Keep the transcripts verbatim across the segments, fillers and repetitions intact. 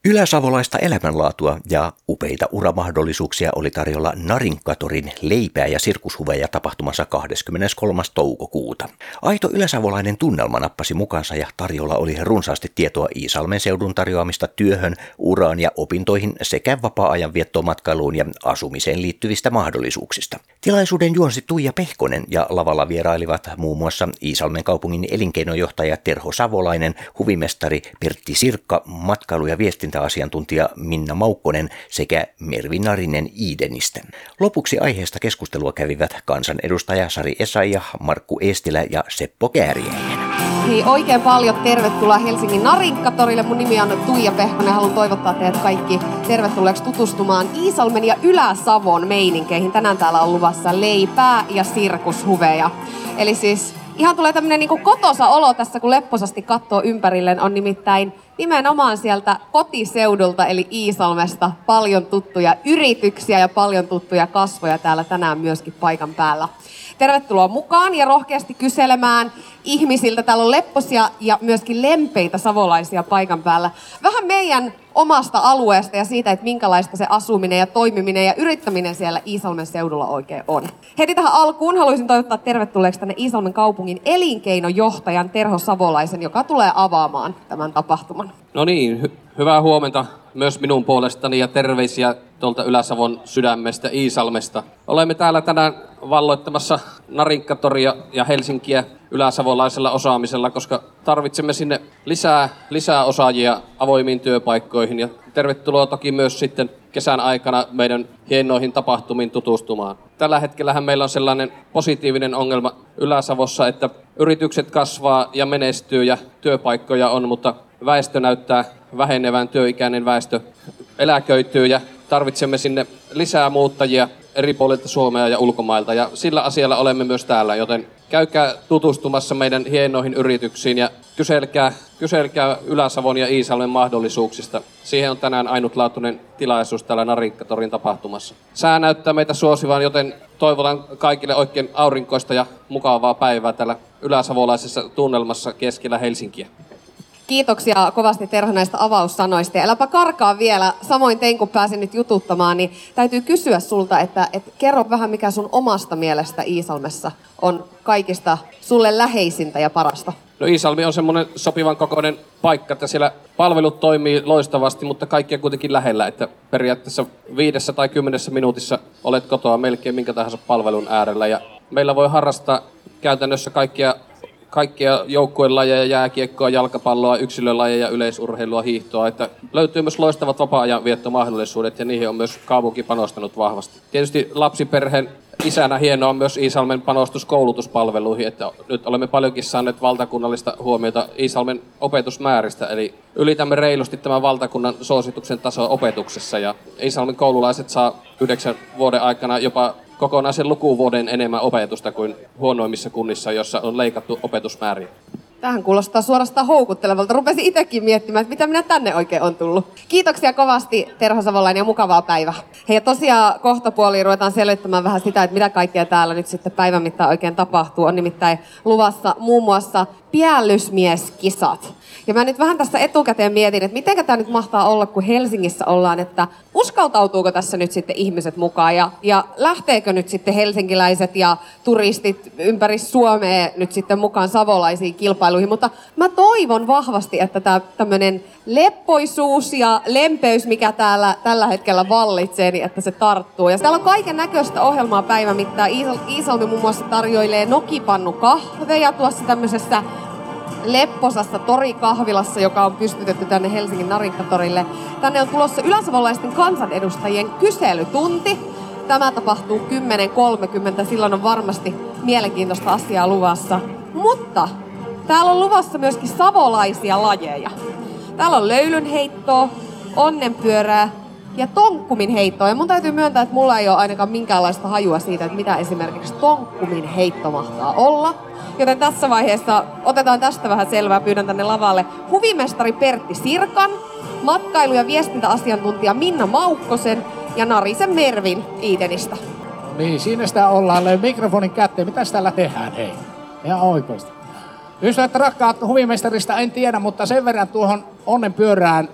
Yläsavolaista elämänlaatua ja upeita uramahdollisuuksia oli tarjolla Narinkatorin leipää ja sirkushuveja tapahtumassa kahdeskymmeneskolmas toukokuuta. Aito yläsavolainen tunnelma nappasi mukansa ja tarjolla oli runsaasti tietoa Iisalmen seudun tarjoamista työhön, uraan ja opintoihin sekä vapaa-ajan viettoon, matkailuun ja asumiseen liittyvistä mahdollisuuksista. Tilaisuuden juonsi Tuija Pehkonen ja lavalla vierailivat muun muassa Iisalmen kaupungin elinkeinojohtaja Terho Savolainen, huvimestari Pertti Sirkka, matkailu- ja viestintä asiantuntija Minna Maukkonen sekä Mervi Narinen Iidenistä. Lopuksi aiheesta keskustelua kävivät kansanedustaja Sari Essayah, Markku Eestilä ja Seppo Kääriäinen. Hei, oikein paljon tervetuloa Helsingin Narinkatorille. Mun nimi on Tuija Pehkonen ja haluan toivottaa teidät kaikki tervetulleeksi tutustumaan Iisalmen ja Ylä-Savon meininkeihin. Tänään täällä on luvassa leipää ja sirkushuveja. Eli siis ihan tulee tämmönen niinku kotosa olo tässä, kun lepposasti katsoo ympärilleen. On nimittäin nimenomaan sieltä kotiseudulta eli Iisalmesta paljon tuttuja yrityksiä ja paljon tuttuja kasvoja täällä tänään myöskin paikan päällä. Tervetuloa mukaan ja rohkeasti kyselemään ihmisiltä. Täällä on lepposia ja myöskin lempeitä savolaisia paikan päällä. Vähän meidän omasta alueesta ja siitä, että minkälaista se asuminen ja toimiminen ja yrittäminen siellä Iisalmen seudulla oikein on. Heti tähän alkuun haluaisin toivottaa tervetulleeksi tänne Iisalmen kaupungin elinkeinojohtajan Terho Savolaisen, joka tulee avaamaan tämän tapahtuman. No niin, hy- hyvää huomenta myös minun puolestani ja terveisiä tuolta Ylä-Savon sydämestä Iisalmesta. Olemme täällä tänään valloittamassa Narinkatoria ja Helsinkiä yläsavolaisella osaamisella, koska tarvitsemme sinne lisää, lisää osaajia avoimiin työpaikkoihin. Ja tervetuloa toki myös sitten kesän aikana meidän hienoihin tapahtumiin tutustumaan. Tällä hetkellähän meillä on sellainen positiivinen ongelma Ylä-Savossa, että yritykset kasvaa ja menestyy ja työpaikkoja on, mutta väestö näyttää vähenevän, työikäinen väestö eläköityy ja tarvitsemme sinne lisää muuttajia eri puolilta Suomea ja ulkomailta. Ja sillä asialla olemme myös täällä, joten käykää tutustumassa meidän hienoihin yrityksiin ja kyselkää, kyselkää Ylä-Savon ja Iisalmen mahdollisuuksista. Siihen on tänään ainutlaatuinen tilaisuus täällä Narinkatorin tapahtumassa. Sää näyttää meitä suosivan, joten toivotan kaikille oikein aurinkoista ja mukavaa päivää täällä yläsavolaisessa tunnelmassa keskellä Helsinkiä. Kiitoksia kovasti Terho näistä avaussanoista. Ja äläpä karkaa vielä, samoin tein kun pääsin nyt jututtamaan, niin täytyy kysyä sulta, että, että kerro vähän mikä sun omasta mielestä Iisalmessa on kaikista sulle läheisintä ja parasta. No Iisalmi on semmoinen sopivan kokoinen paikka, että siellä palvelut toimii loistavasti, mutta kaikki on kuitenkin lähellä, että periaatteessa viidessä tai kymmenessä minuutissa olet kotoa melkein minkä tahansa palvelun äärellä ja meillä voi harrastaa käytännössä kaikkia Kaikkia joukkuelajeja, jääkiekkoa, jalkapalloa, yksilölajeja, yleisurheilua, hiihtoa. Että löytyy myös loistavat vapaa-ajan viettomahdollisuudet ja niihin on myös kaupunki panostanut vahvasti. Tietysti lapsiperheen isänä hienoa on myös Iisalmen panostus koulutuspalveluihin, että nyt olemme paljonkin saaneet valtakunnallista huomiota Iisalmen opetusmääristä, eli ylitämme reilusti tämän valtakunnan suosituksen tasoa opetuksessa ja Iisalmen koululaiset saa yhdeksän vuoden aikana jopa kokonaisen lukuvuoden enemmän opetusta kuin huonoimmissa kunnissa, jossa on leikattu opetusmääriä. Tähän kuulostaa suorastaan houkuttelevalta. Rupesin itsekin miettimään, että mitä minä tänne oikein on tullut. Kiitoksia kovasti Terho Savolainen ja mukavaa päivää. Hei, ja tosiaan kohtapuoliin ruvetaan selvittämään vähän sitä, että mitä kaikkea täällä nyt sitten päivän mittaan oikein tapahtuu. On nimittäin luvassa muun muassa piällysmieskisat. Ja mä nyt vähän tässä etukäteen mietin, että miten tämä nyt mahtaa olla, kun Helsingissä ollaan, että uskaltautuuko tässä nyt sitten ihmiset mukaan ja, ja lähteekö nyt sitten helsinkiläiset ja turistit ympäri Suomea nyt sitten mukaan savolaisiin kilpailuihin. Mutta mä toivon vahvasti, että tämä tämmöinen leppoisuus ja lempeys, mikä täällä tällä hetkellä vallitsee, niin että se tarttuu. Ja täällä on kaiken näköistä ohjelmaa päivän mittaan. Iisalmi muun muassa tarjoilee nokipannukahveja tuossa tämmöisessä lepposassa torikahvilassa, joka on pystytetty tänne Helsingin Narinkatorille. Tänne on tulossa yläsavolaisten kansanedustajien kyselytunti. Tämä tapahtuu kymmenen kolmekymmentä, silloin on varmasti mielenkiintoista asiaa luvassa. Mutta täällä on luvassa myöskin savolaisia lajeja. Täällä on löylynheittoa, onnenpyörää ja tonkkumin heittoa. Ja mun täytyy myöntää, että mulla ei ole ainakaan minkäänlaista hajua siitä, että mitä esimerkiksi tonkkumin heitto mahtaa olla. Joten tässä vaiheessa otetaan tästä vähän selvää. Pyydän tänne lavalle huvimestari Pertti Sirkan, matkailu- ja viestintäasiantuntija Minna Maukkosen ja Narisen Mervin Iidenistä. Niin, siinä sitä ollaan. Löi mikrofonin kätteen. Mitäs täällä tehdään, hei? Ihan oikeesti. Ystävät rakkaat, huvimestarista en tiedä, mutta sen verran tuohon onnenpyörään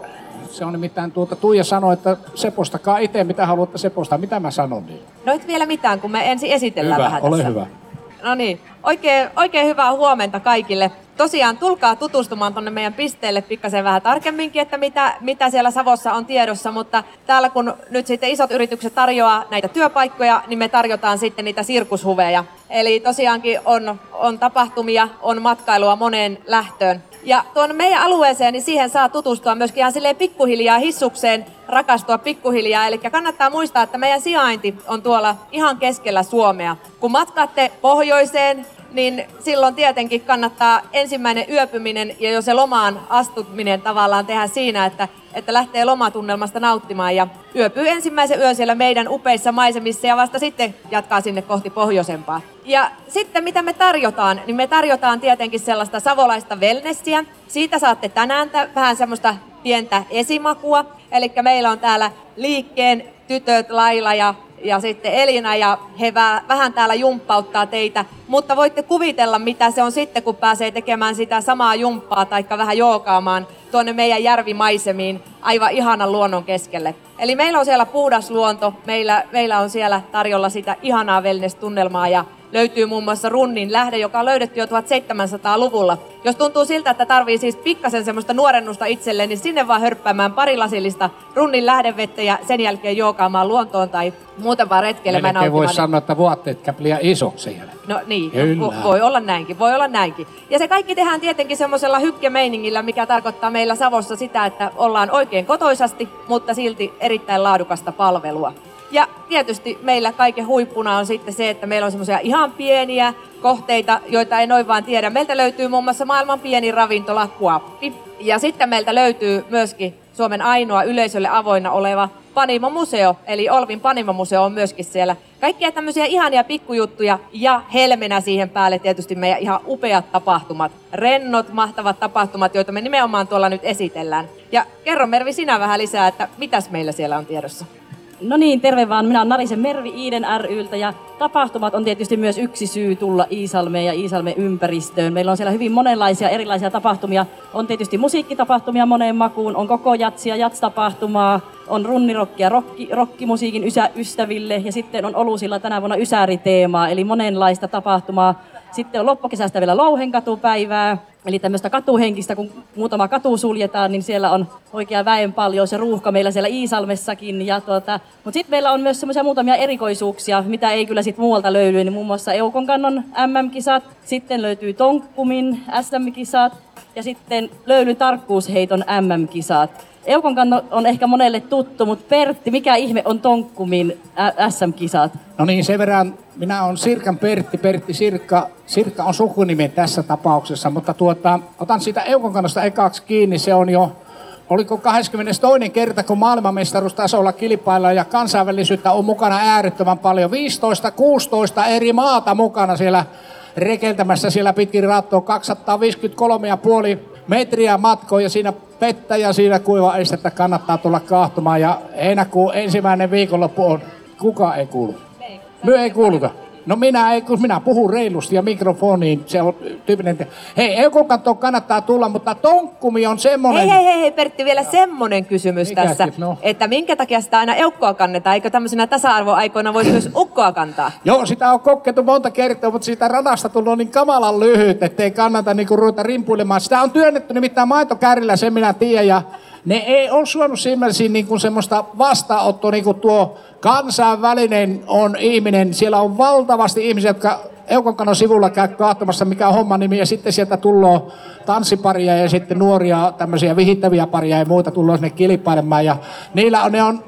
Se on nimittäin tuota, Tuija sanoi, että sepostakaa itse, mitä haluatte sepostaa. Mitä mä sanon niin? No et vielä mitään, kun me ensin esitellään Hyvä, vähän ole tässä. hyvä. No niin, oikein, oikein hyvää huomenta kaikille. Tosiaan tulkaa tutustumaan tuonne meidän pisteelle pikkasen vähän tarkemminkin, että mitä, mitä siellä Savossa on tiedossa, mutta täällä kun nyt sitten isot yritykset tarjoaa näitä työpaikkoja, niin me tarjotaan sitten niitä sirkushuveja. Eli tosiaankin on, on tapahtumia, on matkailua moneen lähtöön. Ja tuon meidän alueeseen, niin siihen saa tutustua myöskin ihan silleen pikkuhiljaa hissukseen, rakastua pikkuhiljaa. Eli kannattaa muistaa, että meidän sijainti on tuolla ihan keskellä Suomea. Kun matkaatte pohjoiseen, niin silloin tietenkin kannattaa ensimmäinen yöpyminen ja jo se lomaan astuminen tavallaan tehdä siinä, että, että lähtee lomatunnelmasta nauttimaan ja yöpyy ensimmäisen yön siellä meidän upeissa maisemissa ja vasta sitten jatkaa sinne kohti pohjoisempaa. Ja sitten mitä me tarjotaan, niin me tarjotaan tietenkin sellaista savolaista wellnessiä. Siitä saatte tänään t- vähän semmoista pientä esimakua. Eli meillä on täällä liikkeen tytöt Laila ja ja sitten Elina ja he vähän täällä jumppauttaa teitä, mutta voitte kuvitella, mitä se on sitten, kun pääsee tekemään sitä samaa jumppaa tai vähän jookaamaan tuonne meidän järvimaisemiin aivan ihanan luonnon keskelle. Eli meillä on siellä puhdas luonto, meillä, meillä on siellä tarjolla sitä ihanaa wellness-tunnelmaa ja löytyy muun muassa Runnin lähde, joka on löydetty jo tuhatseitsemänsataaluvulla. Jos tuntuu siltä, että tarvii siis pikkasen semmoista nuorennusta itselleen, niin sinne vaan hörppäämään pari lasillista Runnin lähdevettä ja sen jälkeen jookaamaan luontoon tai muuten vaan retkeilemään. Melkein voi sanoa, että vaatteet käy liian iso siellä. No niin, Kyllä. voi olla näinkin, voi olla näinkin. Ja se kaikki tehdään tietenkin semmoisella hykkemeiningillä, mikä tarkoittaa meillä Savossa sitä, että ollaan oikein kotoisasti, mutta silti erittäin laadukasta palvelua. Ja tietysti meillä kaiken huippuna on sitten se, että meillä on semmoisia ihan pieniä kohteita, joita ei noin vaan tiedä. Meiltä löytyy muun muassa maailman pieni ravintola Kuappi. Ja sitten meiltä löytyy myöskin Suomen ainoa yleisölle avoinna oleva Panimo-museo, eli Olvin Panimo-museo on myöskin siellä. Kaikkia tämmöisiä ihania pikkujuttuja ja helmenä siihen päälle tietysti meidän ihan upeat tapahtumat. Rennot, mahtavat tapahtumat, joita me nimenomaan tuolla nyt esitellään. Ja kerro Mervi sinä vähän lisää, että mitäs meillä siellä on tiedossa? No niin, terve vaan. Minä olen Narisen Mervi Iiden ry:ltä ja tapahtumat on tietysti myös yksi syy tulla Iisalmeen ja Iisalmen ympäristöön. Meillä on siellä hyvin monenlaisia erilaisia tapahtumia. On tietysti musiikkitapahtumia moneen makuun, on koko jatsia, jats-tapahtumaa, on runnirokkia rokki, rokkimusiikin ysä, ystäville ja sitten on Olusilla tänä vuonna ysäriteemaa, eli monenlaista tapahtumaa. Sitten on loppukesästä vielä Louhenkatupäivää, eli tämmöistä katuhenkistä, kun muutama katu suljetaan, niin siellä on oikea väen paljon, se ruuhka meillä siellä Iisalmessakin. Ja tuota, mutta sitten meillä on myös semmoisia muutamia erikoisuuksia, mitä ei kyllä sit muualta löydy, niin muun muassa Eukonkannon M M-kisat, sitten löytyy Tonkkumin S M-kisat ja sitten löylyn tarkkuusheiton M M-kisat. Eukonkanno on ehkä monelle tuttu, mutta Pertti, mikä ihme on Tonkkumin S M-kisat? No niin, sen verran minä olen Sirkan Pertti, Pertti Sirkka. Sirkka on sukunimi tässä tapauksessa, mutta tuota, otan siitä Eukonkannosta ekaksi kiinni. Se on jo, oliko kahdeskymmenestoinen kerta, kun maailmanmestaruustasolla kilpaillaan ja kansainvälisyyttä on mukana äärettömän paljon. viisitoista kuusitoista eri maata mukana siellä rekeltämässä siellä pitkin rattoa, kaksisataaviisikymmentäkolme pilkku viisi metriä matkoa ja siinä vettä ja siinä kuiva estettä kannattaa tulla kahtumaan. Ja heinäkuun ensimmäinen viikonloppu on, kuka ei kuulu? Myö ei kuuluta. No minä ei, kun minä puhun reilusti ja mikrofoniin, se on tyypillinen. Te- Hei, Eukonkantoon kannattaa tulla, mutta Tonkkumi on semmoinen... Hei, hei, hei, Pertti, vielä semmonen kysymys Mikä tässä, siis, no? että minkä takia sitä aina eukkoa kannetaan? Eikö tämmöisenä tasa-arvoaikoina voisi myös ukkoa kantaa? Joo, sitä on kokeiltu monta kertaa, mutta siitä radasta tullut niin kamalan lyhyt, ettei kannata niinku ruveta rimpuilemaan. Sitä on työnnetty nimittäin maitokärrillä, sen minä tiedän, ja ne ei ole suonut silmäisiin niinku semmoista vastaanottoa, niin kuin tuo kansainvälinen on ihminen. Siellä on valtavasti ihmisiä, jotka Eukonkannon sivulla käy katsomassa, mikä on homman nimi, ja sitten sieltä tulee tanssiparia ja sitten nuoria tämmöisiä vihittäviä paria ja muita tulee sinne kilpailemaan, ja niillä on, ne on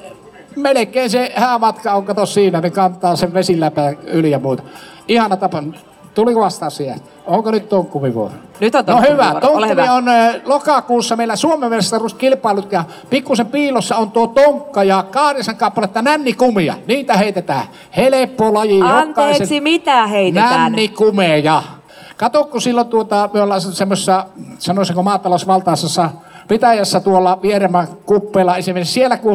melkein se häämatka on, kato siinä, ne kantaa sen vesiläpää yli ja muuta. Ihana tapa. Tuliko vastaus siihen? Onko nyt Tonkkumin vuoro? Nyt on No Tonkkumin hyvä, vuoro. Ole Tonkkumi hyvä. on äh, lokakuussa meillä Suomen mestaruuskilpailut ja pikkusen piilossa on tuo tonkka ja kahdeksan kappaletta nännikumia. Niitä heitetään. Helppo laji. Anteeksi, jokaisen- mitä heitetään? Nännikumeja. Kato, kun silloin tuota, me ollaan semmoisessa, sanoisinko maatalousvaltaisessa pitäjässä tuolla Vieremän kuppeilla esimerkiksi siellä, kun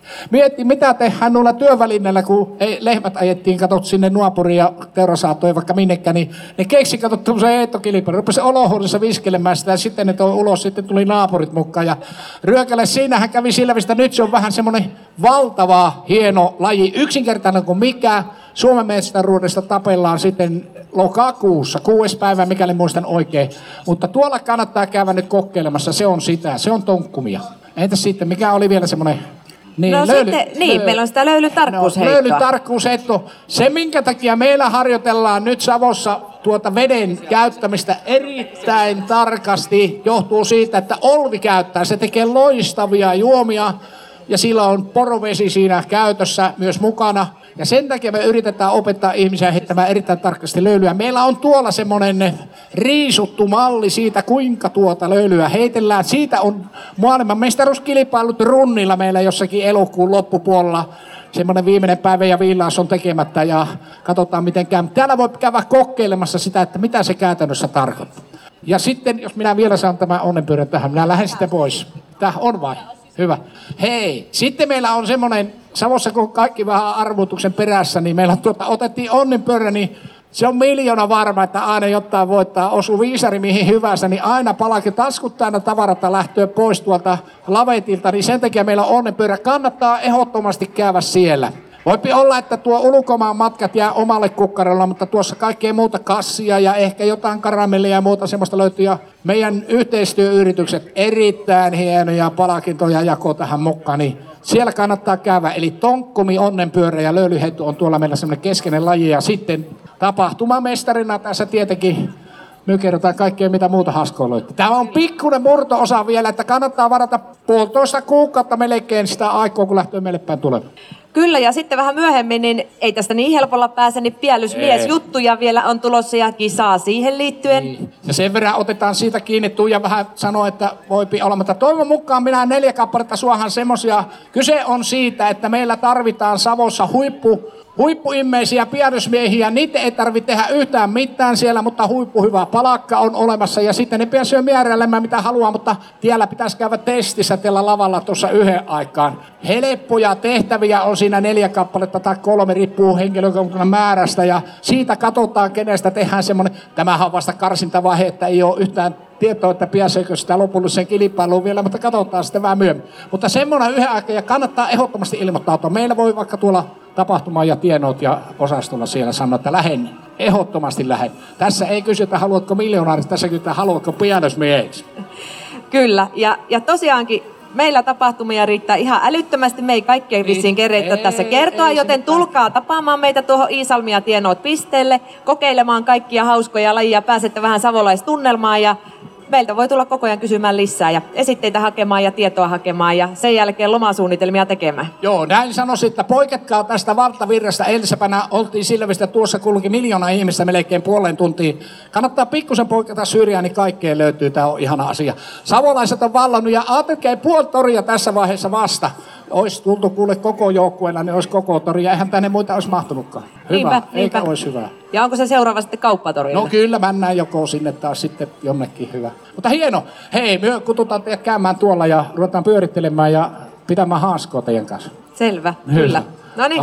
Mietti, mitä tehdään noilla työvälineillä, kun ei, lehmät ajettiin, katot sinne nuopuriin ja teurasaattoja vaikka minnekään, niin ne keksi, katot tuollaisen heittokilpailu. Rupesi olohuoneessa viskelemään sitä ja sitten ne toi ulos, sitten tuli naapurit mukaan. Ja Ryökälle siinähän kävi sillä vistä, nyt se on vähän semmoinen valtava, hieno laji, yksinkertainen kuin mikä. Suomen mestaruudesta tapellaan sitten lokakuussa, kuudes päivä, mikäli muistan oikein. Mutta tuolla kannattaa käydä nyt kokeilemassa, se on sitä, se on tonkkumia. Entäs sitten, mikä oli vielä semmoinen... Niin, no löyly, sitten, niin, lö, meillä on sitä löylytarkkuusheittoa. No, löylytarkkuusheitto. Se, minkä takia meillä harjoitellaan nyt Savossa tuota veden käyttämistä erittäin tarkasti, johtuu siitä, että Olvi käyttää. Se tekee loistavia juomia ja sillä on porovesi siinä käytössä myös mukana. Ja sen takia me yritetään opettaa ihmisiä heittämään erittäin tarkasti löylyä. Meillä on tuolla semmoinen riisuttu malli siitä, kuinka tuota löylyä heitellään. Siitä on maailman mestaruuskilpailut runnilla meillä jossakin elokuun loppupuolella. Semmoinen viimeinen päivä ja viilaus on tekemättä ja katsotaan miten käy. Täällä voi käydä kokeilemassa sitä, että mitä se käytännössä tarkoittaa. Ja sitten, jos minä vielä saan tämän onnenpyörän tähän, minä lähden sitten pois. Tää on vai? Hyvä. Hei, sitten meillä on semmoinen, Savossa kun kaikki vähän arvotuksen perässä, niin meillä tuota, otettiin onnenpyörä, niin se on miljoona varma, että aina jotain voittaa. Osu viisari mihin hyvänsä, niin aina palake taskuttaa aina tavarata lähtöä pois tuolta lavetilta, niin sen takia meillä on onnenpyörä. Kannattaa ehdottomasti käydä siellä. Voipi olla, että tuo ulkomaan matkat jää omalle kukkarolla, mutta tuossa kaikkea muuta kassia ja ehkä jotain karamellia ja muuta semmoista löytyy. Ja meidän yhteistyöyritykset erittäin hienoja palkintoja jako tähän mukaan, niin siellä kannattaa käydä. Eli tonkkumi, onnenpyörä ja löylyheitto on tuolla meillä semmoinen keskeinen laji. Ja sitten tapahtumamestarina tässä tietenkin me kerrotaan kaikkea mitä muuta haskoa löytyy. Tämä on pikkuinen murto-osa vielä, että kannattaa varata puolitoista kuukautta melkein sitä aikaa, kun lähtee meille päin tulemaan. Kyllä, ja sitten vähän myöhemmin, niin ei tästä niin helpolla pääse, niin piellysmiesjuttuja vielä on tulossa ja kisaa siihen liittyen. Niin. Ja sen verran otetaan siitä kiinni, Tuija vähän sanoo, että voipi olla, mutta toivon mukaan minä neljä kappaletta suohan semmosia. Kyse on siitä, että meillä tarvitaan Savossa huippu, huippuimmeisiä piedysmiehiä. Niitä ei tarvitse tehdä yhtään mitään siellä, mutta huippuhyvä palakka on olemassa. Ja sitten ne pääsee määräilemään mitä haluaa, mutta tiellä pitäisi käydä testissä tällä lavalla tuossa yhden aikaan. Helppoja tehtäviä on siinä neljä kappaletta tai kolme, riippuu henkilökunnan määrästä. Ja siitä katsotaan, kenestä tehdään semmoinen. Tämähän on vasta karsintavaihe, että ei ole yhtään tietoa, että pääseekö sitä lopulliseen kilpailuun vielä, mutta katsotaan sitten vähän myöhemmin. Mutta semmoinen yhden aikaa ja kannattaa ehdottomasti ilmoittautua. Meillä voi vaikka tuolla tapahtuma- ja tienot ja osastolla siellä sanoa, että lähden, ehdottomasti lähden. Tässä ei kysytä, haluatko miljonaarista, tässä kysytään, haluatko pianosmieheksi. Kyllä, ja, ja tosiaankin meillä tapahtumia riittää ihan älyttömästi. Me ei kaikkea vissiin kerettä tässä kertoa, ei, joten tulkaa tapaamaan meitä tuohon Iisalmia tienoot pisteelle, kokeilemaan kaikkia hauskoja lajia, pääsette vähän savolaistunnelmaan ja meiltä voi tulla koko ajan kysymään lisää ja esitteitä hakemaan ja tietoa hakemaan ja sen jälkeen lomasuunnitelmia tekemään. Joo, näin sanoisin, että poiketkaa tästä valtavirrasta. Eilispäivänä oltiin Silvistä, tuossa kulki miljoona ihmistä melkein puoleen tuntiin. Kannattaa pikkusen poiketa syrjään, niin kaikkeen löytyy. Tämä on ihana asia. Savolaiset on vallannut ja ajatelkaa puoli toria tässä vaiheessa vasta. Olisi tultu kuule koko joukkueella, niin olisi koko tori. Ja eihän tänne muita olisi mahtunutkaan. Hyvä, niinpä, eikä niinpä. Olisi hyvä. Ja onko se seuraava sitten kauppatorilla? No kyllä, mennään joko sinne taas sitten jonnekin hyvä. Mutta hieno. Hei, me kututaan teidät käymään tuolla ja ruvetaan pyörittelemään ja pitämään haaskoa teidän kanssa. Selvä, hyvä. Kyllä. No niin.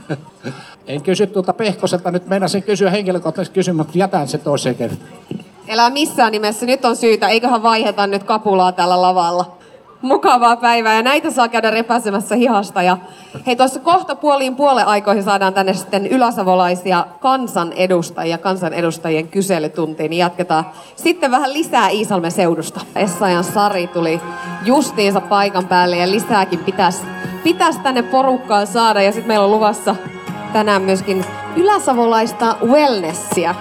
En kysy tuolta Pehkoselta, nyt meinasin kysyä henkilökohtaisesti kysymään, mutta jätän se toiseen kertaan. Elää missään nimessä, nyt on syytä, eiköhän vaiheta nyt kapulaa tällä lavalla. Mukavaa päivää ja näitä saa käydä repäsemässä hihasta. Ja hei, tuossa kohta puoliin puolen aikoihin saadaan tänne sitten yläsavolaisia kansanedustajia, kansanedustajien kyselytuntiin. Niin jatketaan sitten vähän lisää Iisalmen seudusta. Essayan Sari tuli justiinsa paikan päälle ja lisääkin pitäisi pitäis tänne porukkaan saada. Ja sitten meillä on luvassa tänään myöskin yläsavolaista wellnessia.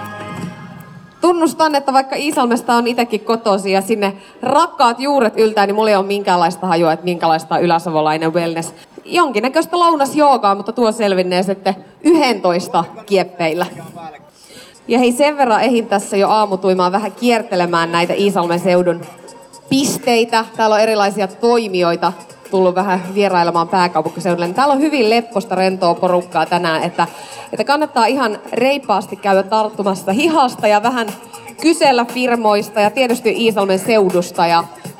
Tunnustan, että vaikka Iisalmesta on itsekin kotoisin ja sinne rakkaat juuret yltää, niin mulla ei ole minkäänlaista hajua, että minkälaista on yläsavolainen wellness. Jonkinnäköistä lounasjoogaa, mutta tuo selvinnee sitten yksitoista kieppeillä. Ja hei, sen verran ehin tässä jo aamutuimaan vähän kiertelemään näitä Iisalmen seudun pisteitä. Täällä on erilaisia toimijoita tullut vähän vierailemaan pääkaupunkiseudulle. Niin täällä on hyvin lepposta, rentoa porukkaa tänään, että, että kannattaa ihan reippaasti käydä tarttumassa hihasta ja vähän kysellä firmoista ja tietysti Iisalmen seudusta ja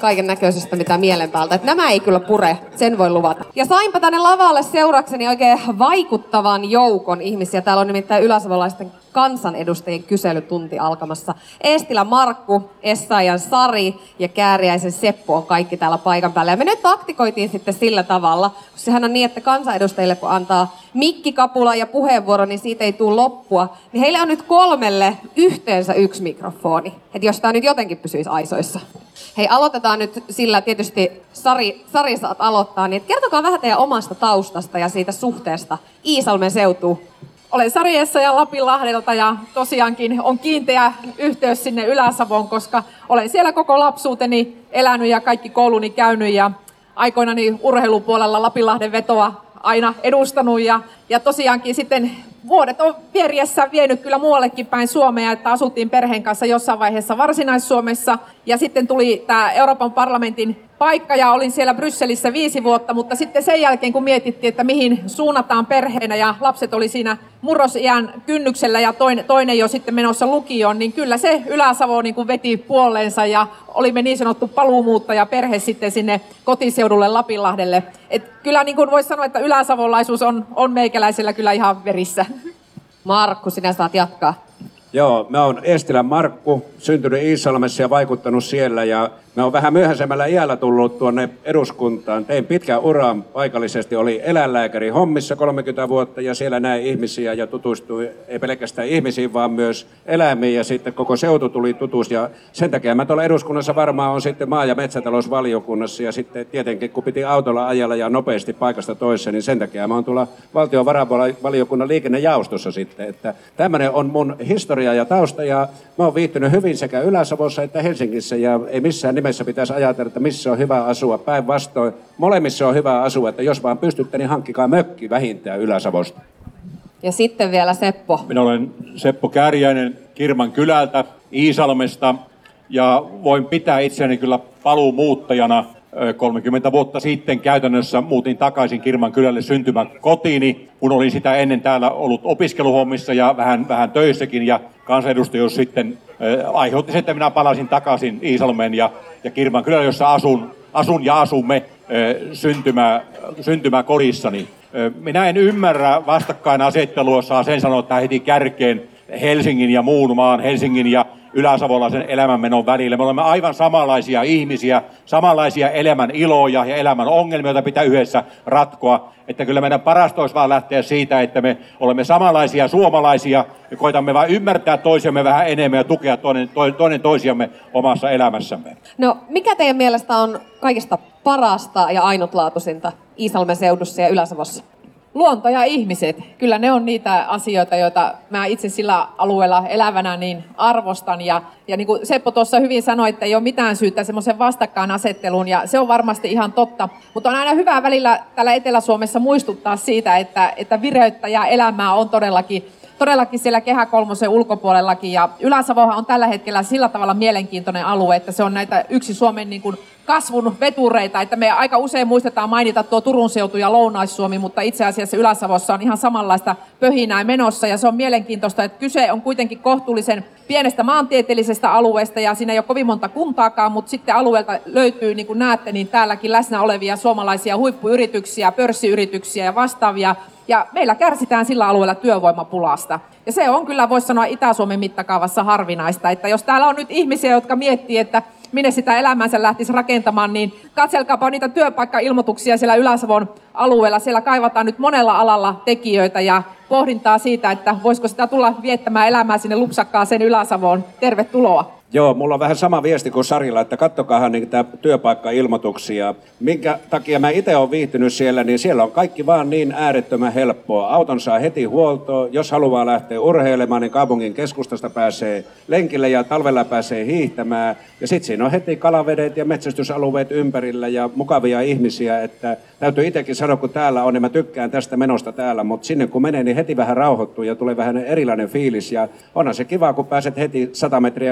kaiken näköisestä, mitä mielen päältä. Että nämä ei kyllä pure, sen voi luvata. Ja sainpa tänne lavalle seurakseni oikein vaikuttavan joukon ihmisiä. Täällä on nimittäin yläsavolaisten kansanedustajien kyselytunti alkamassa. Eestilä Markku, Essayahn Sari ja Kääriäisen Seppo on kaikki täällä paikan päällä. Ja me nyt taktikoitiin sitten sillä tavalla, kun sehän on niin, että kansanedustajille kun antaa mikkikapula ja puheenvuoro, niin siitä ei tule loppua. Niin heille on nyt kolmelle yhteensä yksi mikrofoni. Että jos tää nyt jotenkin pysyisi aisoissa. Hei, aloitetaan nyt sillä, tietysti Sari, Sari saat aloittaa, niin kertokaa vähän teidän omasta taustasta ja siitä suhteesta Iisalmen seutuun. Olen Sari Essayahn Lapinlahdelta ja tosiaankin on kiinteä yhteys sinne Ylä-Savoon, koska olen siellä koko lapsuuteni elänyt ja kaikki kouluni käynyt ja aikoinani urheilupuolella Lapinlahden vetoa aina edustanut ja, ja tosiaankin sitten vuodet on vieriessä vienyt kyllä muuallekin päin Suomea, että asuttiin perheen kanssa jossain vaiheessa Varsinais-Suomessa ja sitten tuli tämä Euroopan parlamentin paikka ja olin siellä Brysselissä viisi vuotta, mutta sitten sen jälkeen kun mietittiin, että mihin suunnataan perheenä ja lapset oli siinä murrosiän kynnyksellä ja toinen, toinen jo sitten menossa lukioon, niin kyllä se Ylä-Savo niin kuin veti puoleensa ja olimme niin sanottu paluumuuttaja perhe sitten sinne kotiseudulle Lapinlahdelle. Et kyllä niin kuin voisi sanoa, että yläsavolaisuus on, on meikäläisellä kyllä ihan verissä. Markku, sinä saat jatkaa. Joo, mä oon Eestilän Markku, syntynyt Iisalmessa ja vaikuttanut siellä ja mä oon vähän myöhäisemmällä iällä tullut tuonne eduskuntaan. Tein pitkän uran paikallisesti, oli eläinlääkäri hommissa kolmekymmentä vuotta ja siellä näin ihmisiä ja tutustuin ei pelkästään ihmisiin, vaan myös eläimiin ja sitten koko seutu tuli tutus ja sen takia mä tuolla eduskunnassa varmaan on sitten maa- ja metsätalousvaliokunnassa ja sitten tietenkin kun piti autolla ajalla ja nopeasti paikasta toiseen, niin sen takia mä oon tuolla valtiovarainvaliokunnan liikennejaostossa sitten, että tämmöinen on mun historia ja tausta ja mä oon viihtynyt hyvin sekä Ylä-Savossa että Helsingissä ja ei missään nimessä pitäisi ajatella, että missä on hyvä asua. Päinvastoin molemmissa on hyvä asua, että jos vaan pystytte, niin hankkikaa mökki vähintään Ylä-Savosta. Ja sitten vielä Seppo. Minä olen Seppo Kääriäinen Kirman kylältä Iisalmesta ja voin pitää itseäni kyllä paluumuuttajana. kolmekymmentä vuotta sitten käytännössä muutin takaisin Kirman kylälle syntymäkotiini, kun olin sitä ennen täällä ollut opiskeluhommissa ja vähän, vähän töissäkin ja kansanedustajuus sitten äh, aiheutti sen, että minä palasin takaisin Iisalmeen ja, ja Kirman kylälle, jossa asun, asun ja asumme äh, syntymä, syntymäkodissani. Äh, minä en ymmärrä vastakkainasettelua, saa sen sanoa, että heti kärkeen Helsingin ja muun maan, Helsingin ja yläsavolaisen elämänmenon välillä. Me olemme aivan samanlaisia ihmisiä, samanlaisia elämän iloja ja elämän ongelmia, joita pitää yhdessä ratkoa. Että kyllä meidän parasta olisi vaan lähteä siitä, että me olemme samanlaisia suomalaisia ja koitamme vain ymmärtää toisiamme vähän enemmän ja tukea toinen, toinen toisiamme omassa elämässämme. No, mikä teidän mielestä on kaikista parasta ja ainutlaatuisinta Iisalmen seudussa ja Ylä-Savossa? Luonto ja ihmiset, kyllä ne on niitä asioita, joita mä itse sillä alueella elävänä niin arvostan. Ja, ja niin kuin Seppo tuossa hyvin sanoi, että ei ole mitään syytä semmoisen vastakkainasetteluun, ja se on varmasti ihan totta. Mutta on aina hyvä välillä täällä Etelä-Suomessa muistuttaa siitä, että, että vireyttä ja elämää on todellakin, todellakin siellä Kehä Kolmosen ulkopuolellakin. Ja Ylä-Savohan on tällä hetkellä sillä tavalla mielenkiintoinen alue, että se on näitä yksi Suomen niin kuin kasvun vetureita, että me aika usein muistetaan mainita tuo Turun seutu ja Lounais-Suomi, mutta itse asiassa Ylä-Savossa on ihan samanlaista pöhinää menossa ja se on mielenkiintoista, että kyse on kuitenkin kohtuullisen pienestä maantieteellisestä alueesta ja siinä ei ole kovin monta kuntaakaan, mutta sitten alueelta löytyy, niin kuin näette, niin täälläkin läsnä olevia suomalaisia huippuyrityksiä, pörssiyrityksiä ja vastaavia. Ja meillä kärsitään sillä alueella työvoimapulasta. Ja se on kyllä, voisi sanoa, Itä-Suomen mittakaavassa harvinaista, että jos täällä on nyt ihmisiä, jotka miettii, että minne sitä elämänsä lähtisi rakentamaan, niin katselkaapa niitä työpaikkailmoituksia siellä Ylä-Savon alueella. Siellä kaivataan nyt monella alalla tekijöitä ja pohdintaa siitä, että voisiko sitä tulla viettämään elämää sinne lupsakkaaseen Ylä-Savoon. Tervetuloa. Joo, mulla on vähän sama viesti kuin Sarilla, että kattokaahan niitä työpaikkailmoituksia. Minkä takia mä itse olen viihtynyt siellä, niin siellä on kaikki vaan niin äärettömän helppoa. Auton saa heti huoltoon. Jos haluaa lähteä urheilemaan, niin kaupungin keskustasta pääsee lenkille ja talvella pääsee hiihtämään. Ja sitten siinä on heti kalavedet ja metsästysalueet ympärillä ja mukavia ihmisiä. Että täytyy itsekin sanoa, kun täällä on, niin mä tykkään tästä menosta täällä. Mutta sinne kun menee, niin heti vähän rauhoittuu ja tulee vähän erilainen fiilis. Ja onhan se kiva, kun pääset heti sata metriä käveltyä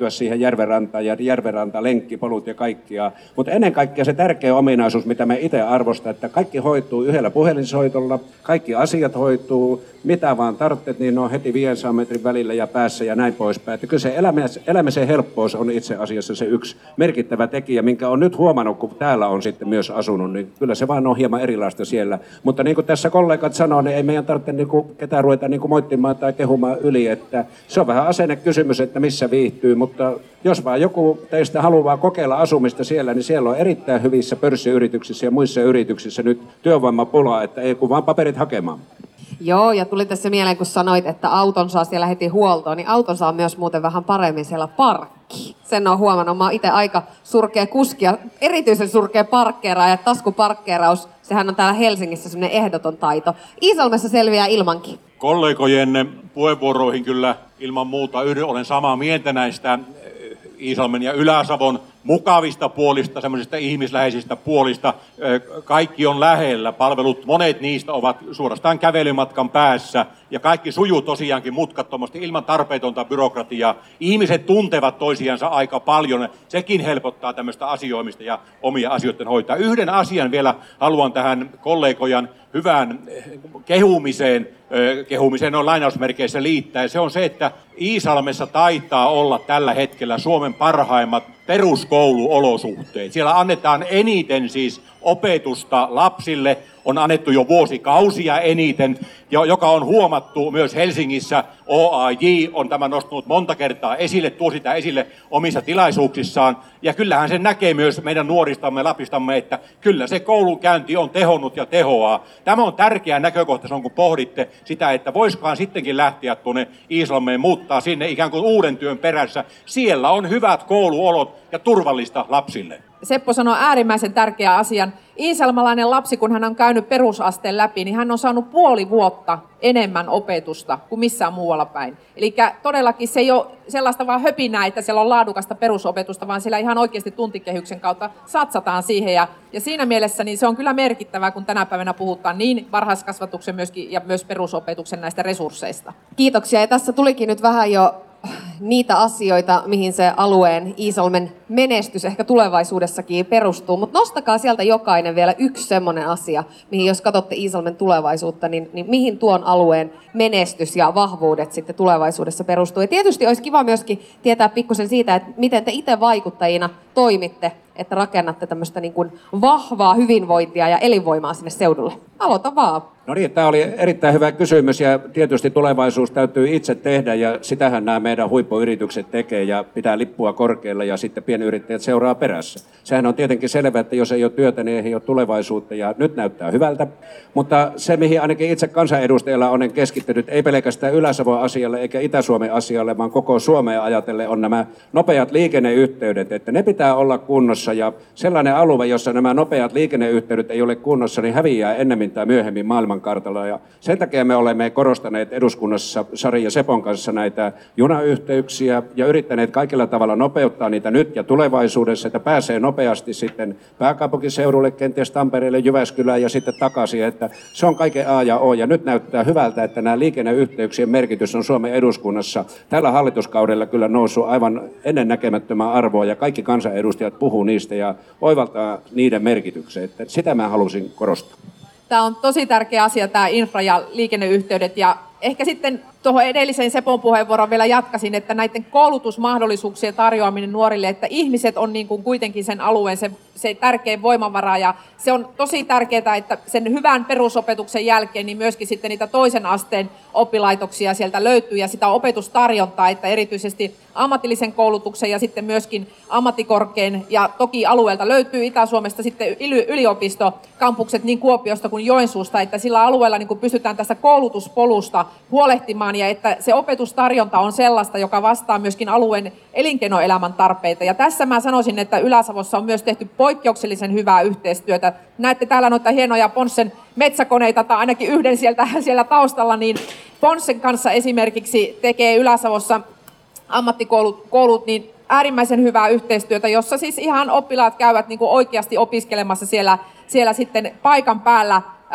liittyä siihen järvenrantaan ja järvenranta, lenkkipolut ja kaikkia. Mutta ennen kaikkea se tärkeä ominaisuus, mitä me itse arvostan, että kaikki hoituu yhdellä puhelinsoitolla, kaikki asiat hoituu, mitä vaan tarvitset, niin ne on heti viisisataa metrin välillä ja päässä ja näin poispäin. Että kyllä se elämisen helppous on itse asiassa se yksi merkittävä tekijä, minkä on nyt huomannut, kun täällä on sitten myös asunut, niin kyllä se vaan on hieman erilaista siellä. Mutta niin kuin tässä kollegat sanoo, niin ei meidän tarvitse niin kuin ketään ruveta niin kuin moittimaan tai kehumaan yli, että se on vähän asennekysymys, että missä viihtyy, mutta jos vaan joku teistä haluaa kokeilla asumista siellä, niin siellä on erittäin hyvissä pörssiyrityksissä ja muissa yrityksissä nyt työvoimapulaa, että ei kun vaan paperit hakemaan. Joo, ja tuli tässä mieleen, kun sanoit, että auton saa siellä heti huoltoon, niin auton saa myös muuten vähän paremmin siellä parkki. Sen on huomannut, mä oon itse aika surkea kuski ja erityisen surkea parkkeeraaja, ja taskuparkkeeraus, sehän on täällä Helsingissä semmoinen ehdoton taito. Iisalmessa selviää ilmankin. Kollegojen puheenvuoroihin kyllä ilman muuta yhden olen samaa mieltä näistä Iisalmen ja Ylä-Savon mukavista puolista, semmoisista ihmisläheisistä puolista. Kaikki on lähellä, palvelut, monet niistä ovat suorastaan kävelymatkan päässä ja kaikki sujuu tosiaankin mutkattomasti ilman tarpeetonta byrokratiaa. Ihmiset tuntevat toisiansa aika paljon, sekin helpottaa tämmöistä asioimista ja omia asioiden hoitaa. Yhden asian vielä haluan tähän kollegojan hyvään kehumiseen, kehumiseen on lainausmerkeissä liittää, ja se on se, että Iisalmessa taitaa olla tällä hetkellä Suomen parhaimmat peruskouluolosuhteet. Siellä annetaan eniten siis opetusta lapsille, on annettu jo vuosikausia eniten, joka on huomattu myös Helsingissä. O A J on tämä nostanut monta kertaa esille, tuo sitä esille omissa tilaisuuksissaan. Ja kyllähän se näkee myös meidän nuoristamme, lapistamme, että kyllä se koulunkäynti on tehonnut ja tehoaa. Tämä on tärkeä näkökohta, kun pohditte sitä, että voiskaan sittenkin lähteä tuonne Iisalmeen, muuttaa sinne ikään kuin uuden työn perässä. Siellä on hyvät kouluolot ja turvallista lapsille. Seppo sanoi äärimmäisen tärkeän asian. Iisalmalainen lapsi, kun hän on käynyt perusasteen läpi, niin hän on saanut puoli vuotta enemmän opetusta kuin missään muualla päin. Eli todellakin se ei ole sellaista vaan höpinää, että siellä on laadukasta perusopetusta, vaan siellä ihan oikeasti tuntikehyksen kautta satsataan siihen. Ja, ja siinä mielessä niin se on kyllä merkittävää, kun tänä päivänä puhutaan niin varhaiskasvatuksen myöskin, ja myös perusopetuksen näistä resursseista. Kiitoksia. Ja tässä tulikin nyt vähän jo niitä asioita, mihin se alueen Iisalmen menestys ehkä tulevaisuudessakin perustuu. Mutta nostakaa sieltä jokainen vielä yksi semmoinen asia, mihin jos katsotte Iisalmen tulevaisuutta, niin, niin mihin tuon alueen menestys ja vahvuudet sitten tulevaisuudessa perustuu. Ja tietysti olisi kiva myöskin tietää pikkusen siitä, että miten te itse vaikuttajina toimitte, että rakennatte tämmöistä niin kuin vahvaa hyvinvointia ja elinvoimaa sinne seudulle. Aloita vaan. No niin, tämä oli erittäin hyvä kysymys ja tietysti tulevaisuus täytyy itse tehdä ja sitähän nämä meidän huippuyritykset tekee ja pitää lippua korkealla ja sitten pienyrittäjät seuraa perässä. Sehän on tietenkin selvä, että jos ei ole työtä, niin ei ole tulevaisuutta ja nyt näyttää hyvältä. Mutta se, mihin ainakin itse kansanedustajalla olen keskittynyt, ei pelkästään Ylä-Savon asialle eikä Itä-Suomen asialle, vaan koko Suomea ajatellen on nämä nopeat liikenneyhteydet, että ne pitää olla kunnossa ja sellainen alue, jossa nämä nopeat liikenneyhteydet ei ole kunnossa, niin häviää ennemmin tai myöhemmin maailmankartalla. Ja sen takia me olemme korostaneet eduskunnassa Sari ja Sepon kanssa näitä junayhteyksiä ja yrittäneet kaikilla tavalla nopeuttaa niitä nyt ja tulevaisuudessa, että pääsee nopeasti sitten pääkaupunkiseudulle, kenties Tampereelle, Jyväskylään ja sitten takaisin, että se on kaiken A ja O. Ja nyt näyttää hyvältä, että nämä liikenneyhteyksien merkitys on Suomen eduskunnassa tällä hallituskaudella kyllä noussut aivan ennennäkemättömän arvoa ja kaikki kansanedustajat puhuu niistä ja oivaltaa niiden merkityksen. Että sitä mä halusin korostaa. Tämä on tosi tärkeä asia, tämä infra- ja liikenneyhteydet. Ja ehkä sitten tuohon edelliseen Sepon puheenvuoroon vielä jatkasin, että näiden koulutusmahdollisuuksien tarjoaminen nuorille, että ihmiset on niin kuin kuitenkin sen alueen se, se tärkein voimavara. Ja se on tosi tärkeää, että sen hyvän perusopetuksen jälkeen niin myöskin sitten niitä toisen asteen oppilaitoksia sieltä löytyy ja sitä opetustarjontaa, että erityisesti ammatillisen koulutuksen ja sitten myöskin ammattikorkean ja toki alueelta löytyy Itä-Suomesta sitten yliopistokampukset niin Kuopiosta kuin Joensuusta, että sillä alueella niin kuin pystytään tästä koulutuspolusta huolehtimaan ja että se opetustarjonta on sellaista, joka vastaa myöskin alueen elinkeinoelämän tarpeita. Ja tässä mä sanoisin, että Ylä-Savossa on myös tehty poikkeuksellisen hyvää yhteistyötä. Näette täällä noita hienoja Ponssen metsäkoneita tai ainakin yhden sieltä, siellä taustalla, niin Ponssen kanssa esimerkiksi tekee Ylä-Savossa ammattikoulut koulut, niin äärimmäisen hyvää yhteistyötä, jossa siis ihan oppilaat käyvät niin kuin oikeasti opiskelemassa siellä, siellä sitten paikan päällä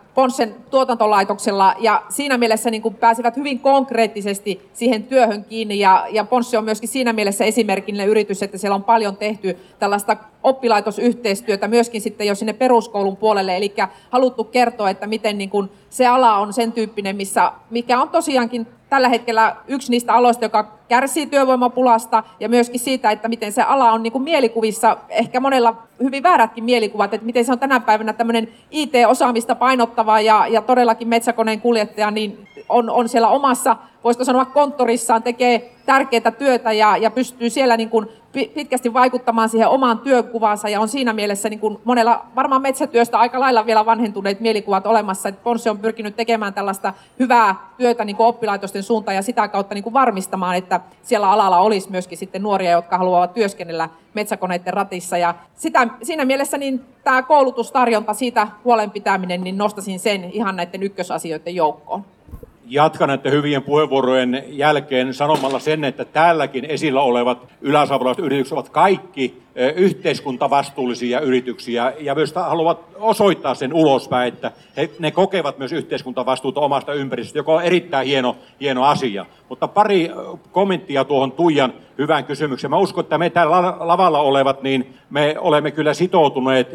Ponssen tuotantolaitoksella ja siinä mielessä niin kuin pääsivät hyvin konkreettisesti siihen työhön kiinni ja, ja Ponsse on myöskin siinä mielessä esimerkillinen yritys, että siellä on paljon tehty tällaista oppilaitosyhteistyötä myöskin sitten jo sinne peruskoulun puolelle, eli haluttu kertoa, että miten niin kuin se ala on sen tyyppinen, missä, mikä on tosiaankin tällä hetkellä yksi niistä aloista, joka kärsii työvoimapulasta ja myöskin siitä, että miten se ala on niin kuin mielikuvissa, ehkä monella hyvin väärätkin mielikuvat, että miten se on tänä päivänä tämmöinen I T-osaamista painottava ja, ja todellakin metsäkoneen kuljettaja niin on, on siellä omassa, voisiko sanoa konttorissaan, tekee tärkeää työtä ja, ja pystyy siellä niin kuin pitkästi vaikuttamaan siihen omaan työkuvaansa ja on siinä mielessä niin kuin monella varmaan metsätyöstä aika lailla vielä vanhentuneet mielikuvat olemassa, että Ponsse on pyrkinyt tekemään tällaista hyvää työtä niin kuin oppilaitosten suuntaan ja sitä kautta niin kuin varmistamaan, että siellä alalla olisi myöskin sitten nuoria, jotka haluavat työskennellä metsäkoneiden ratissa ja sitä, siinä mielessä niin tämä koulutustarjonta, siitä huolen pitäminen, niin nostaisin sen ihan näiden ykkösasioiden joukkoon. Jatkan näiden hyvien puheenvuorojen jälkeen sanomalla sen, että täälläkin esillä olevat yläsavolaiset yritykset ovat kaikki yhteiskuntavastuullisia yrityksiä ja myös haluavat osoittaa sen ulospäin, että he, ne kokevat myös yhteiskuntavastuuta omasta ympäristöstä, joka on erittäin hieno, hieno asia. Mutta pari kommenttia tuohon Tuijan hyvään kysymykseen. Mä uskon, että me täällä lavalla olevat, niin me olemme kyllä sitoutuneet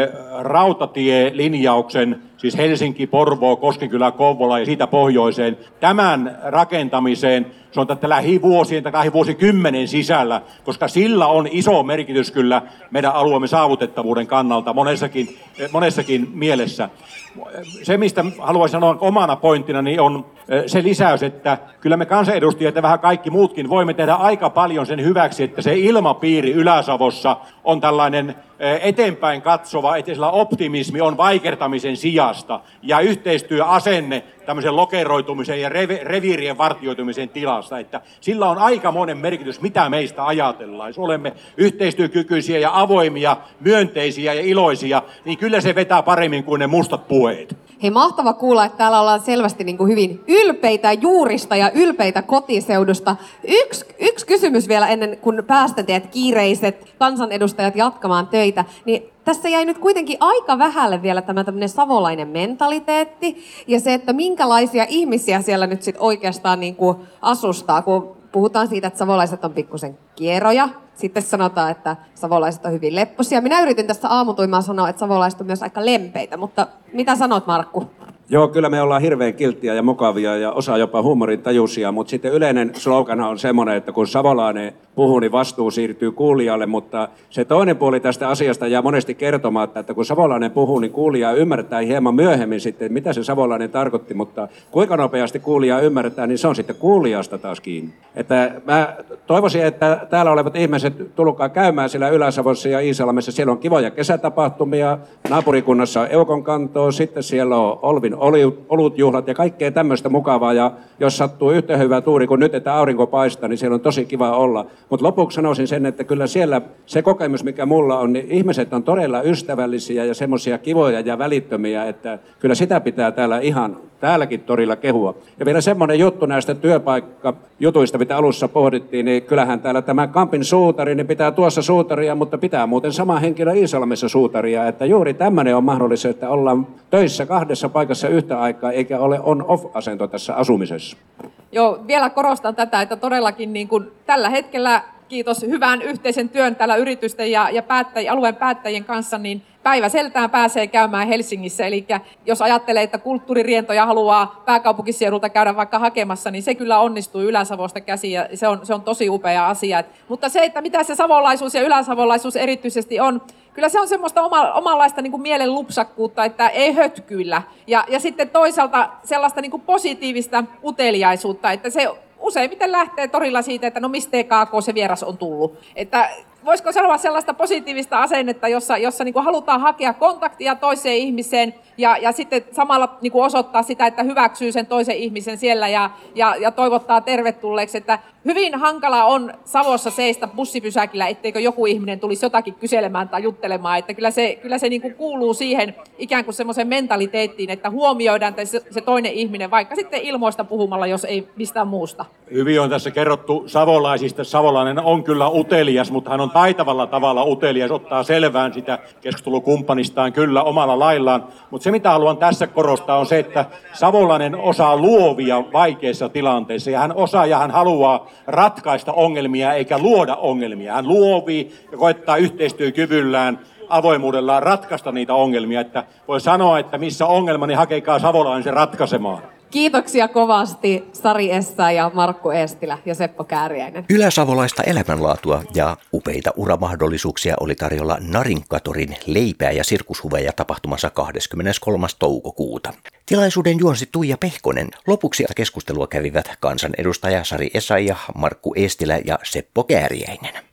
rautatielinjauksen, siis Helsinki, Porvoo, Koskenkylä, Kouvola ja siitä pohjoiseen, tämän rakentamiseen, se on tätä lähivuosien tai lähivuosikymmenen sisällä, koska sillä on iso merkitys kyllä meidän alueemme saavutettavuuden kannalta monessakin, monessakin mielessä. Se, mistä haluaisin sanoa omana pointtina, niin on se lisäys, että kyllä me kansanedustajat ja vähän kaikki muutkin voimme tehdä aika paljon sen hyväksi, että se ilmapiiri Ylä-Savossa on tällainen eteenpäin katsova, että sillä optimismi on vaikertamisen sijasta ja yhteistyöasenne tämmöisen lokeroitumisen ja revi, reviirien vartioitumisen tilasta, että sillä on aikamoinen merkitys, mitä meistä ajatellaan. Jos olemme yhteistyökykyisiä ja avoimia, myönteisiä ja iloisia, niin kyllä se vetää paremmin kuin ne mustat puheet. Hei, mahtava kuulla, että täällä ollaan selvästi niin kuin hyvin ylpeitä juurista ja ylpeitä kotiseudusta. Yksi, yksi kysymys vielä ennen kuin päästä teet kiireiset kansanedustajat jatkamaan töitä, niin tässä jäi nyt kuitenkin aika vähälle vielä tämä tämmöinen savolainen mentaliteetti ja se, että minkälaisia ihmisiä siellä nyt sit oikeastaan niin kuin asustaa, kun puhutaan siitä, että savolaiset on pikkusen kieroja. Sitten sanotaan, että savolaiset on hyvin lepposia. Minä yritin tässä aamutuimaan sanoa, että savolaiset on myös aika lempeitä, mutta mitä sanot, Markku? Joo, kyllä me ollaan hirveän kilttiä ja mukavia ja osa jopa huumorin tajuisia, mutta sitten yleinen slogan on semmoinen, että kun savolainen puhuu, niin vastuu siirtyy kuulijalle, mutta se toinen puoli tästä asiasta jää monesti kertomatta, että kun savolainen puhuu, niin kuulija ymmärtää hieman myöhemmin sitten, mitä se savolainen tarkoitti, mutta kuinka nopeasti kuulija ymmärtää, niin se on sitten kuulijasta taas kiinni. Että mä toivoisin, että täällä olevat ihmiset, tulkaa käymään siellä Ylä-Savossa ja Iisalmessa, siellä on kivoja kesätapahtumia, naapurikunnassa on Eukon kantoa, sitten siellä on Olvin olutjuhlat ja kaikkea tämmöistä mukavaa, ja jos sattuu yhtä hyvä tuuri kuin nyt, että aurinko paistaa, niin siellä on tosi kiva olla. Mutta lopuksi sanoisin sen, että kyllä siellä se kokemus, mikä mulla on, niin ihmiset on todella ystävällisiä ja semmoisia kivoja ja välittömiä, että kyllä sitä pitää täällä ihan täälläkin torilla kehua. Ja vielä semmoinen juttu näistä työpaikkajutuista, mitä alussa pohdittiin, niin kyllähän täällä tämä Kampin suutari, niin pitää tuossa suutaria, mutta pitää muuten sama henkilö Iisalmessa suutaria, että juuri tämmöinen on mahdollista, että ollaan töissä kahdessa paikassa yhtä aikaa, eikä ole on-off-asento tässä asumisessa. Joo, vielä korostan tätä, että todellakin niin kuin tällä hetkellä, kiitos hyvän yhteisen työn täällä yritysten ja, ja päättäjien, alueen päättäjien kanssa, niin päiväseltään pääsee käymään Helsingissä. Eli jos ajattelee, että kulttuuririentoja haluaa pääkaupunkiseudulta käydä vaikka hakemassa, niin se kyllä onnistuu Ylä-Savosta käsin ja se on, se on tosi upea asia. Mutta se, että mitä se savolaisuus ja yläsavolaisuus erityisesti on, kyllä se on semmoista oma, omanlaista niin kuin mielen lupsakkuutta, että ei hötkyillä. Ja, ja sitten toisaalta sellaista niin kuin positiivista uteliaisuutta, että se useimmiten lähtee torilla siitä, että no mistä kaakoo se vieras on tullut. Että voisiko sanoa sellaista positiivista asennetta, jossa, jossa niin kuin halutaan hakea kontaktia toiseen ihmiseen ja, ja sitten samalla niin kuin osoittaa sitä, että hyväksyy sen toisen ihmisen siellä ja, ja, ja toivottaa tervetulleeksi. Että hyvin hankala on Savossa seistä bussipysäkillä, etteikö joku ihminen tulisi jotakin kyselemään tai juttelemaan. Että kyllä se, kyllä se niin kuin kuuluu siihen ikään kuin semmoiseen mentaliteettiin, että huomioidaan se, se toinen ihminen, vaikka sitten ilmoista puhumalla, jos ei mistään muusta. Hyvin on tässä kerrottu savolaisista. Savolainen on kyllä utelias, mutta hän on taitavalla tavalla utelias, ottaa selvään sitä keskustelukumppanistaan kyllä omalla laillaan. Mutta se mitä haluan tässä korostaa on se, että savolainen osaa luovia vaikeissa tilanteissa ja hän osaa ja hän haluaa ratkaista ongelmia eikä luoda ongelmia. Hän luovii ja koettaa yhteistyökyvyllään, avoimuudellaan ratkaista niitä ongelmia, että voi sanoa, että missä ongelma, niin hakekaa savolainen sen ratkaisemaan. Kiitoksia kovasti Sari Essayah ja Markku Eestilä ja Seppo Kääriäinen. Yläsavolaista elämänlaatua ja upeita uramahdollisuuksia oli tarjolla Narinkatorin leipää ja sirkushuveja tapahtumassa kahdeskymmeneskolmas toukokuuta. Tilaisuuden juonsi Tuija Pehkonen. Lopuksi keskustelua kävivät kansanedustaja Sari Essayah, Markku Eestilä ja Seppo Kääriäinen.